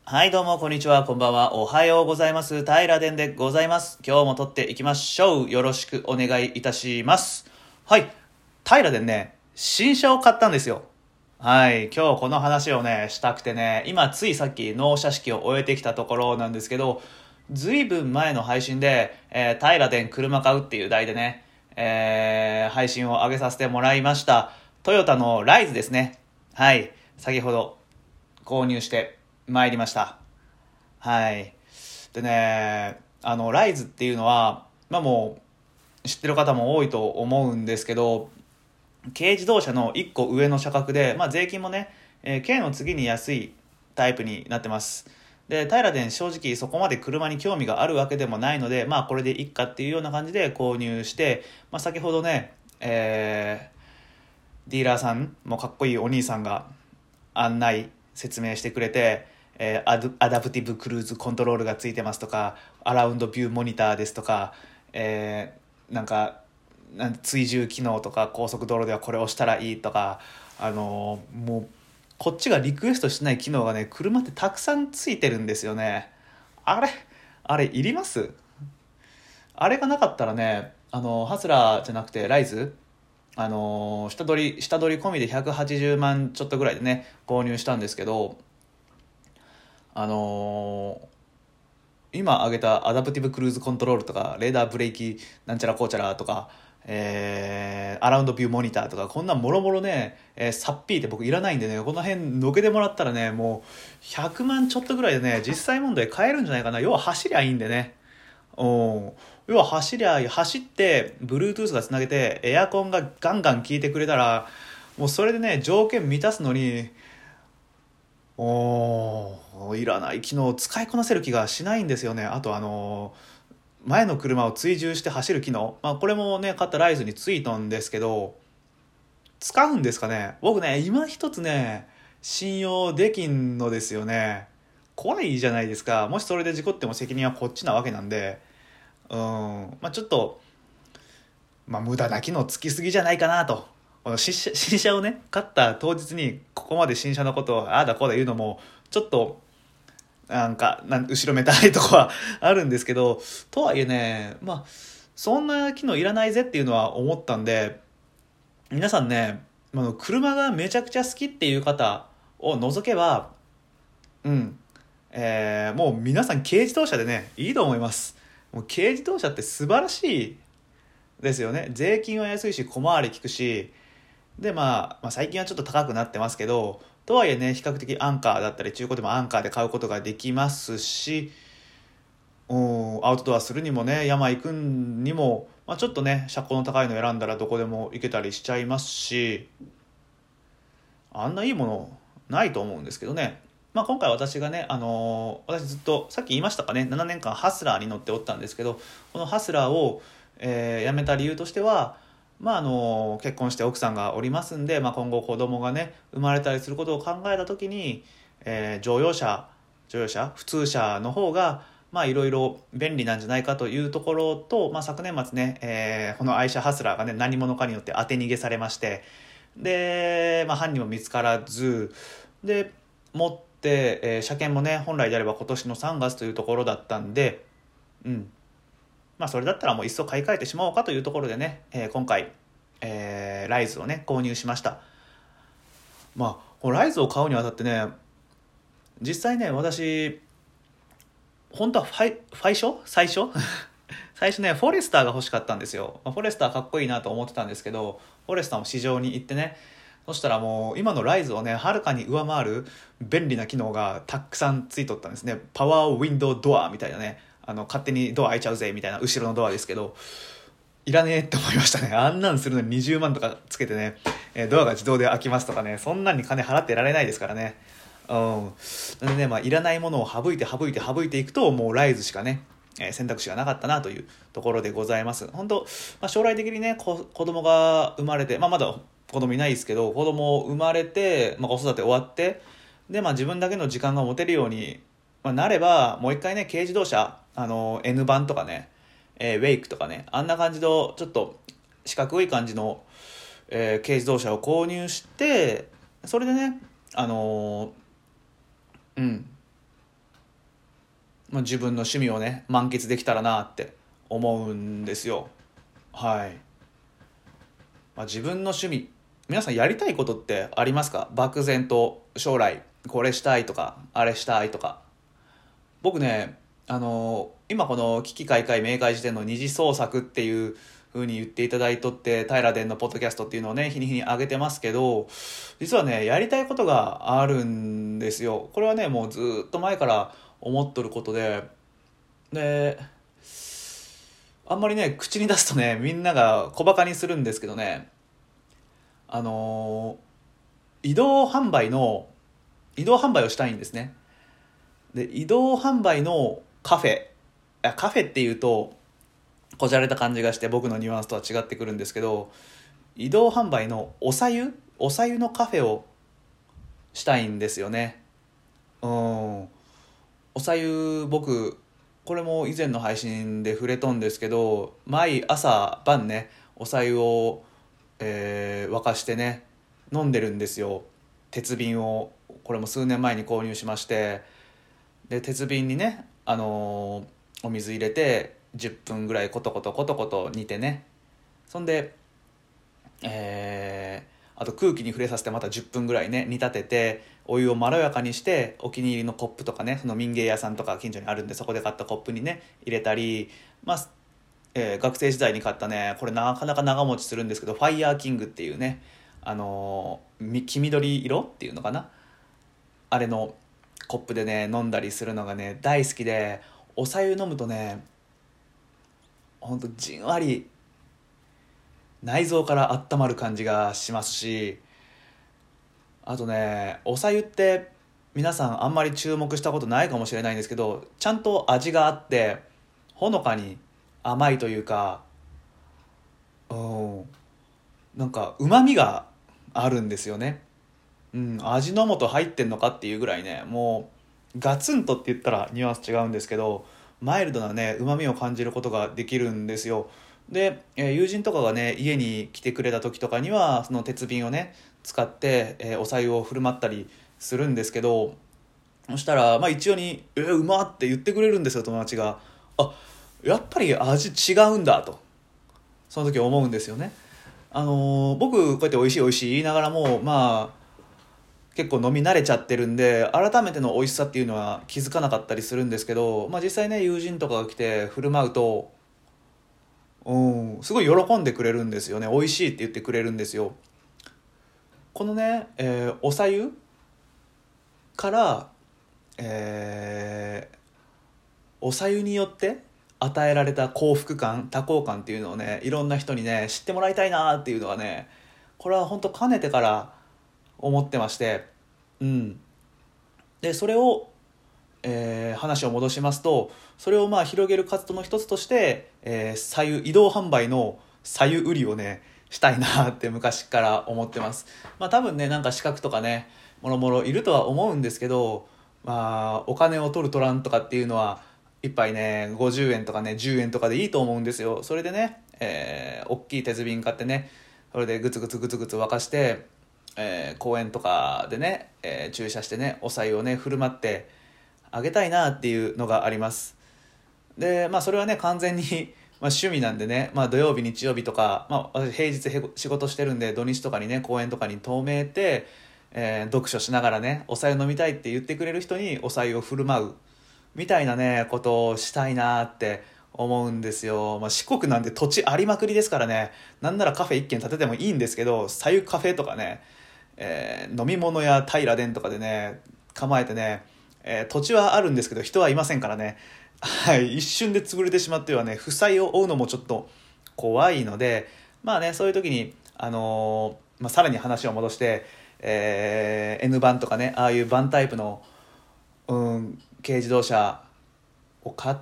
はいどうもこんにちは、こんばんは、おはようございます。平殿でございます。今日も撮っていきましょう。よろしくお願いいたします。はい、平殿ね、新車を買ったんですよ。はい、今日この話をね、したくてね、今ついさっき納車式を終えてきたところなんですけど、ずいぶん前の配信で、平殿車買うっていう題でね、配信を上げさせてもらいました。トヨタのライズですね。はい、先ほど購入して参りました。はい。でね、ライズっていうのは、もう知ってる方も多いと思うんですけど、軽自動車の1個上の車格で、税金もね、軽の次に安いタイプになってます。で、平殿正直そこまで車に興味があるわけでもないので、これでいっかっていうような感じで購入して、先ほどね、ディーラーさんもかっこいいお兄さんが案内説明してくれて、アダプティブクルーズコントロールがついてますとか、アラウンドビューモニターですとか、なんか追従機能とか、高速道路ではこれを押したらいいとか、もうこっちがリクエストしない機能がね、車ってたくさんついてるんですよね。あれあれいります？あれがなかったらね、ハスラーじゃなくてライズ、下取り込みで180万ちょっとぐらいでね購入したんですけど、あのー今挙げたアダプティブクルーズコントロールとかレーダーブレーキなんちゃらこうちゃらとか、アラウンドビューモニターとか、こんなんもろもろね、さっぴーって僕いらないんでね、この辺のけてもらったらね、もう100万ちょっとぐらいでね、実際問題買えるんじゃないかな。要は走りゃいいんでね。要は走って Bluetooth がつなげてエアコンがガンガン効いてくれたら、もうそれでね条件満たすのに、いらない機能を使いこなせる気がしないんですよね。あと前の車を追従して走る機能、これもね買ったライズについたんですけど、使うんですかね。僕ね今一つね信用できんのですよね。怖いじゃないですか。もしそれで事故っても責任はこっちなわけなんで、ちょっと、無駄な機能つきすぎじゃないかなと。この新車をね買った当日にここまで新車のことをああだこうだ言うのもちょっと後ろめたいとこはあるんですけど、とはいえね、そんな機能いらないぜっていうのは思ったんで、皆さんね、車がめちゃくちゃ好きっていう方を除けば、もう皆さん軽自動車でねいいと思います。もう軽自動車って素晴らしいですよね。税金は安いし小回り利くし、で最近はちょっと高くなってますけど、とはいえね比較的アンカーだったり中古でもアンカーで買うことができますし、アウトドアするにもね山行くにも、ちょっとね車高の高いの選んだらどこでも行けたりしちゃいますし、あんないいものないと思うんですけどね。今回私がね、私ずっとさっき言いましたかね、7年間ハスラーに乗っておったんですけど、このハスラーを、辞めた理由としては、結婚して奥さんがおりますんで、今後子供がね生まれたりすることを考えた時に、乗用車普通車の方がいろいろ便利なんじゃないかというところと、昨年末ね、この愛車ハスラーがね何者かによって当て逃げされまして、で、犯人も見つからずで持って、車検もね本来であれば今年の3月というところだったんで、それだったらもういっそ買い替えてしまおうかというところでね、今回、ライズをね購入しました。このライズを買うにあたってね、実際ね私本当は最初最初ねフォレスターが欲しかったんですよ。フォレスターかっこいいなと思ってたんですけど、フォレスターも市場に行ってね、そしたらもう今のライズをねはるかに上回る便利な機能がたくさんついとったんですね。パワーウィンドウドアみたいなね、勝手にドア開いちゃうぜみたいな後ろのドアですけど、いらねえって思いましたね。あんなんするのに20万とかつけてね、ドアが自動で開きますとかね、そんなんに金払ってられないですからね。なんでね、いらないものを省いていくと、もうライズしかね、選択肢がなかったなというところでございます。本当、将来的にね子供が生まれて、まだ子供いないですけど、子供生まれて、子育て終わってで、自分だけの時間が持てるように、なれば、もう一回ね軽自動車N 版とかね、ウェイクとかね、あんな感じのちょっと四角い感じの、軽自動車を購入して、それでねうん自分の趣味をね満喫できたらなって思うんですよ。はい。自分の趣味、皆さんやりたいことってありますか？漠然と将来これしたいとかあれしたいとか。僕ね、今この危機開会明快辞典の二次創作っていう風に言っていただいとって、平殿のポッドキャストっていうのをね日に日に上げてますけど、実はねやりたいことがあるんですよ。これはねもうずっと前から思っとることであんまりね口に出すとねみんなが小バカにするんですけどね、あの移動販売の移動販売をしたいんですね。で移動販売のカフェっていうとこじゃれた感じがして僕のニュアンスとは違ってくるんですけど、移動販売のおさゆのカフェをしたいんですよね。おさゆ、僕これも以前の配信で触れとんですけど、毎朝晩ねおさゆを、沸かしてね飲んでるんですよ。鉄瓶をこれも数年前に購入しまして、で鉄瓶にね、お水入れて10分ぐらいコトコトコトコト煮てね、そんで、あと空気に触れさせてまた10分ぐらいね煮立ててお湯をまろやかにして、お気に入りのコップとかね、その民芸屋さんとか近所にあるんでそこで買ったコップにね入れたり、学生時代に買ったね、これなかなか長持ちするんですけど、ファイヤーキングっていうね、黄緑色っていうのかな、あれのコップでね飲んだりするのがね大好きで、おさゆ飲むとねほんとじんわり内臓から温まる感じがしますし、あとねおさゆって皆さんあんまり注目したことないかもしれないんですけど、ちゃんと味があってほのかに甘いというか、なんか旨味があるんですよね。味の素入ってんのかっていうぐらいね、もうガツンとって言ったらニュアンス違うんですけど、マイルドなね旨味を感じることができるんですよ。で、友人とかがね家に来てくれた時とかにはその鉄瓶をね使って、お白湯を振る舞ったりするんですけど、そしたら一応にうまって言ってくれるんですよ、友達が。あ、やっぱり味違うんだとその時思うんですよね。僕こうやって美味しい美味しい言いながらも結構飲み慣れちゃってるんで改めての美味しさっていうのは気づかなかったりするんですけど、実際ね友人とかが来て振る舞うとすごい喜んでくれるんですよね。美味しいって言ってくれるんですよ。このね、おさゆから、おさゆによって与えられた幸福感多幸感っていうのをねいろんな人にね知ってもらいたいなっていうのはね、これは本当かねてから思ってまして、でそれを、話を戻しますと、それを広げる活動の一つとして、移動販売の左右売りをねしたいなって昔から思ってます。多分ねなんか資格とかねもろもろいるとは思うんですけど、お金を取る取らんとかっていうのは一杯ね50円とかね10円とかでいいと思うんですよ。それでね、大きい鉄瓶買ってね、それでグツグツグツグツ沸かして、公園とかでね、駐車してねお菜をね振る舞ってあげたいなっていうのがあります。でそれはね完全に趣味なんでね、土曜日日曜日とか、私平日仕事してるんで土日とかにね公園とかに遠めて、読書しながらねお茶を飲みたいって言ってくれる人にお茶を振る舞うみたいなねことをしたいなって思うんですよ。四国なんで土地ありまくりですからね、なんならカフェ一軒建ててもいいんですけど、白湯カフェとかね、飲み物や平殿とかでね構えてね、土地はあるんですけど人はいませんからね、はい、一瞬で潰れてしまってはね負債を負うのもちょっと怖いので、そういう時にさらに話を戻して、N バンとかねああいうバンタイプの軽自動車を買って、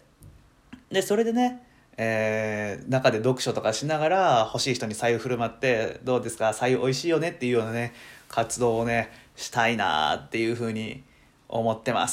でそれでね、中で読書とかしながら欲しい人に白湯振る舞って、どうですか白湯美味しいよねっていうようなね活動をねしたいなっていうふうに思ってます。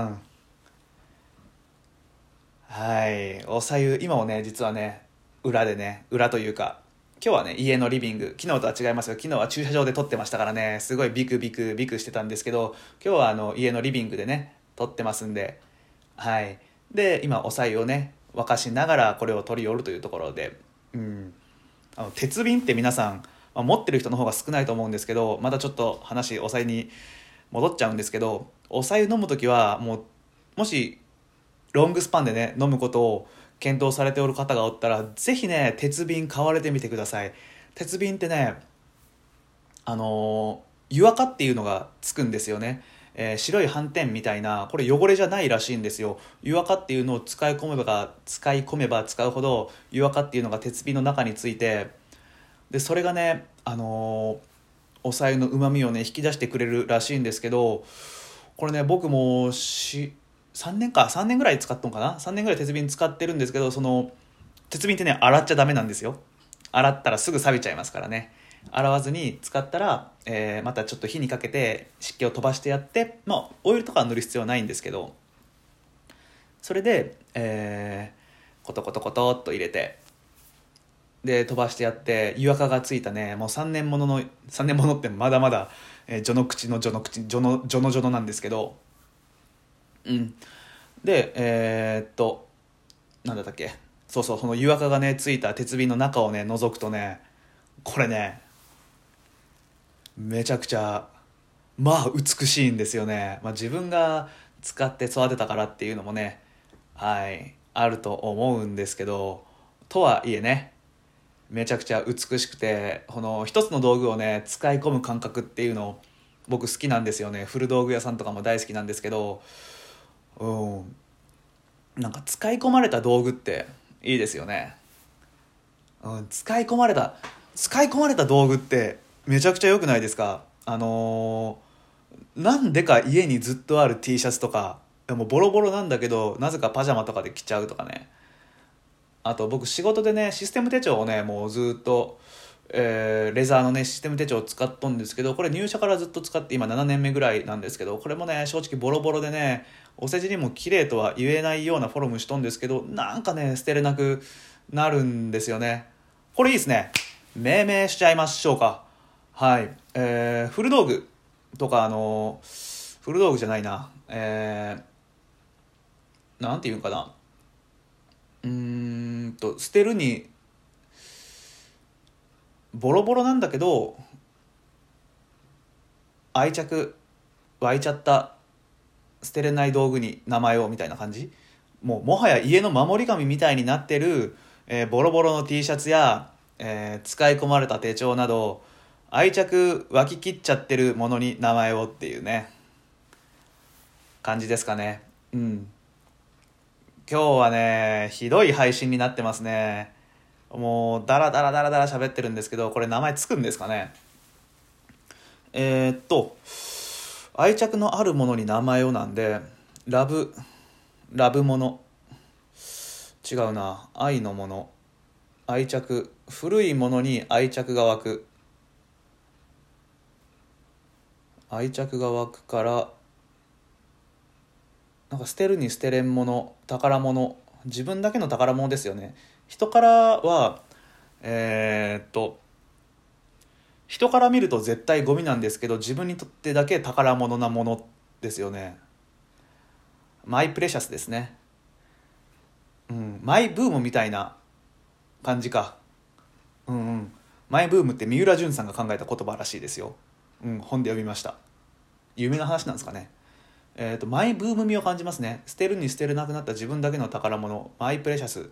はい、お白湯今もね実はね裏というか、今日はね家のリビング、昨日とは違いますが昨日は駐車場で撮ってましたからねすごいビクビクビクしてたんですけど、今日は家のリビングでね撮ってますんで、 はい。で今お白湯をね沸かしながらこれを取り寄るというところで、鉄瓶って皆さん、持ってる人の方が少ないと思うんですけど、またちょっと話お白湯に戻っちゃうんですけど、お白湯飲む時はもしロングスパンでね飲むことを検討されておる方がおったら、ぜひね鉄瓶買われてみてください。鉄瓶ってね、湯垢っていうのがつくんですよね。白い斑点みたいな、これ汚れじゃないらしいんですよ。湯垢っていうのを使い込めば使うほど湯垢っていうのが鉄瓶の中について、でそれがね、お白湯の旨味をね引き出してくれるらしいんですけど、これね僕も3年ぐらい使ったのかな、3年ぐらい鉄瓶使ってるんですけど、その鉄瓶ってね洗っちゃダメなんですよ。洗ったらすぐ錆びちゃいますからね。洗わずに使ったら、またちょっと火にかけて湿気を飛ばしてやって、オイルとか塗る必要はないんですけど、それで、コトコトコトっと入れて、で飛ばしてやって、湯垢がついたね、もう3年ものってまだまだ、序の口の序の口序の序の序のなんですけど、でなんだったっけ、そうそう、その湯垢がねついた鉄瓶の中をね覗くとね、これねめちゃくちゃ美しいんですよね。自分が使って育てたからっていうのもね、はいあると思うんですけど、とはいえね、めちゃくちゃ美しくて、この一つの道具をね使い込む感覚っていうの僕好きなんですよね。古道具屋さんとかも大好きなんですけど、なんか使い込まれた道具っていいですよね。使い込まれた道具ってめちゃくちゃ良くないですか。なんでか家にずっとある T シャツとか、もうボロボロなんだけどなぜかパジャマとかで着ちゃうとかね。あと僕仕事でねシステム手帳をねもうずっと、レザーのねシステム手帳を使っとんですけど、これ入社からずっと使って今7年目ぐらいなんですけど、これもね正直ボロボロでね、お世辞にも綺麗とは言えないようなフォルムしとんですけど、なんかね捨てれなくなるんですよね。これいいですね。命名しちゃいましょうか。はい、古道具とか、古道具じゃないな、なんていうんかな、捨てるにボロボロなんだけど愛着湧いちゃった捨てれない道具に名前をみたいな感じ。もはや家の守り神みたいになってる、ボロボロの T シャツや、使い込まれた手帳など愛着湧ききっちゃってるものに名前をっていうね感じですかね。今日はねひどい配信になってますね。もうダラダラダラダラ喋ってるんですけど、これ名前つくんですかね。愛着のあるものに名前をなんで、ラブもの、違うな、愛のもの、愛着、古いものに愛着が湧く、愛着が湧くから、なんか捨てるに捨てれんもの、宝物、自分だけの宝物ですよね。人からは人から見ると絶対ゴミなんですけど、自分にとってだけ宝物なものですよね。マイプレシャスですね。マイブームみたいな感じか。マイブームって三浦淳さんが考えた言葉らしいですよ。本で読みました。有名な話なんですかね。マイブーム味を感じますね。捨てるに捨てれなくなった自分だけの宝物、マイプレシャス、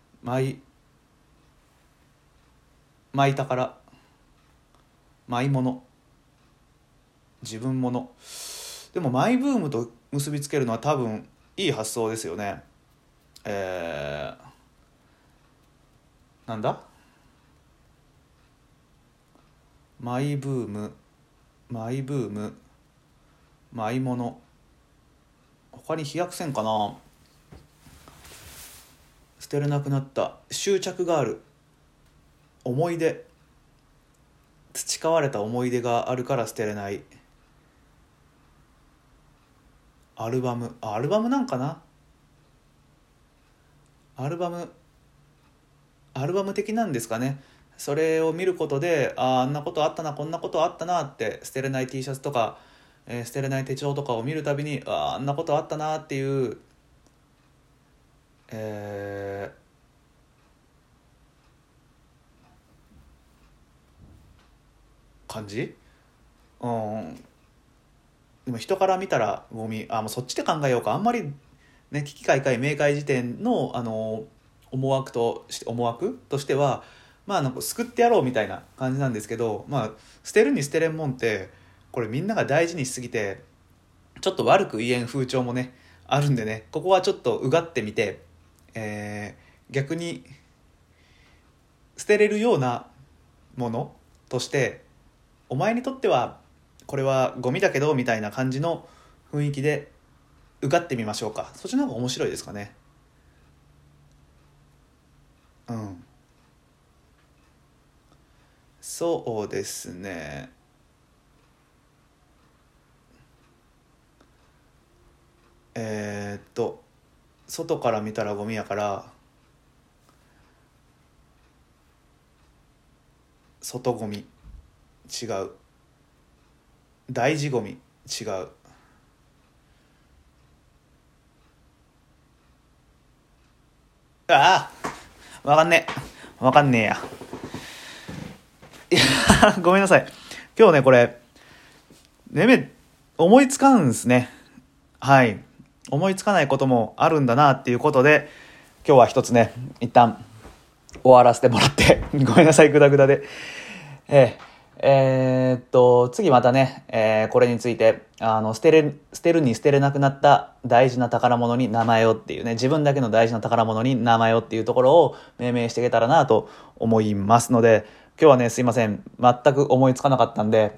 マイ宝、マイもの、自分もの。でもマイブームと結びつけるのは多分いい発想ですよね。なんだ、マイブーム、マイブーム、マイもの、他に飛躍せんかな。捨てれなくなった、執着がある、思い出、培われた思い出があるから捨てれない、アルバム、アルバムなんかな。アルバムアルバム的なんですかね。それを見ることで、あんなことあったな、こんなことあったなって、捨てれない T シャツとか、捨てれない手帳とかを見るたびに、あんなことあったなっていうえ感じ。うん。でも人から見たらゴミ、もうそっちで考えようか。あんまりね、危機開会明快時点の思惑としては、救ってやろうみたいな感じなんですけど、捨てるに捨てれんもんって、これみんなが大事にしすぎてちょっと悪く言えん風潮もねあるんでね、ここはちょっとうがってみて、逆に捨てれるようなものとして、お前にとってはこれはゴミだけどみたいな感じの雰囲気でうがってみましょうか。そっちの方が面白いですかね。うん、そうですね。外から見たらゴミやから、外ゴミ違う、大事ゴミ違う、ああわかんねえ、わかんねえや。いやごめんなさい。今日ねこれ思いつかんですね。はい、思いつかないこともあるんだなっていうことで、今日は一つね一旦終わらせてもらってごめんなさい、グダグダで。次またね、これについて捨てるに捨てれなくなった大事な宝物に名前をっていうね、自分だけの大事な宝物に名前をっていうところを命名していけたらなと思いますので、今日はねすいません、全く思いつかなかったんで、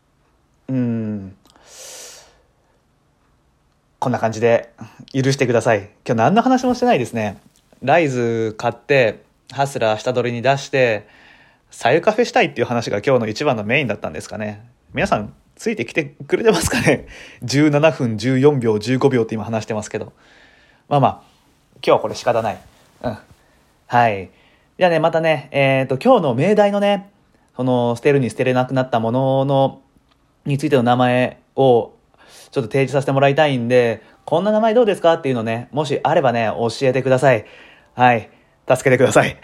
こんな感じで許してください。今日何の話もしてないですね。ライズ買ってハスラー下取りに出してさゆカフェしたいっていう話が今日の一番のメインだったんですかね。皆さんついてきてくれてますかね。17分14秒15秒って今話してますけど、今日はこれ仕方ない。はい。じゃあねまたね今日の命題のね、その捨てるに捨てれなくなったもののについての名前をちょっと提示させてもらいたいんで、こんな名前どうですかっていうのね、もしあればね教えてください。はい、助けてください。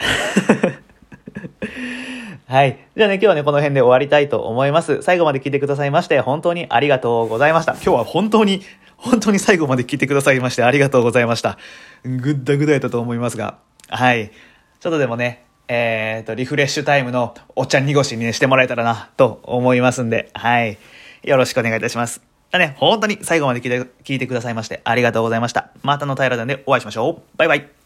はい。じゃあね、今日はね、この辺で終わりたいと思います。最後まで聞いてくださいまして、本当にありがとうございました。今日は本当に最後まで聞いてくださいまして、ありがとうございました。ぐったぐだやったと思いますが。はい。ちょっとでもね、リフレッシュタイムのお茶濁しにね、してもらえたらな、と思いますんで、はい。よろしくお願いいたします。本当に最後まで聞いてくださいまして、ありがとうございました。またの平らでお会いしましょう。バイバイ。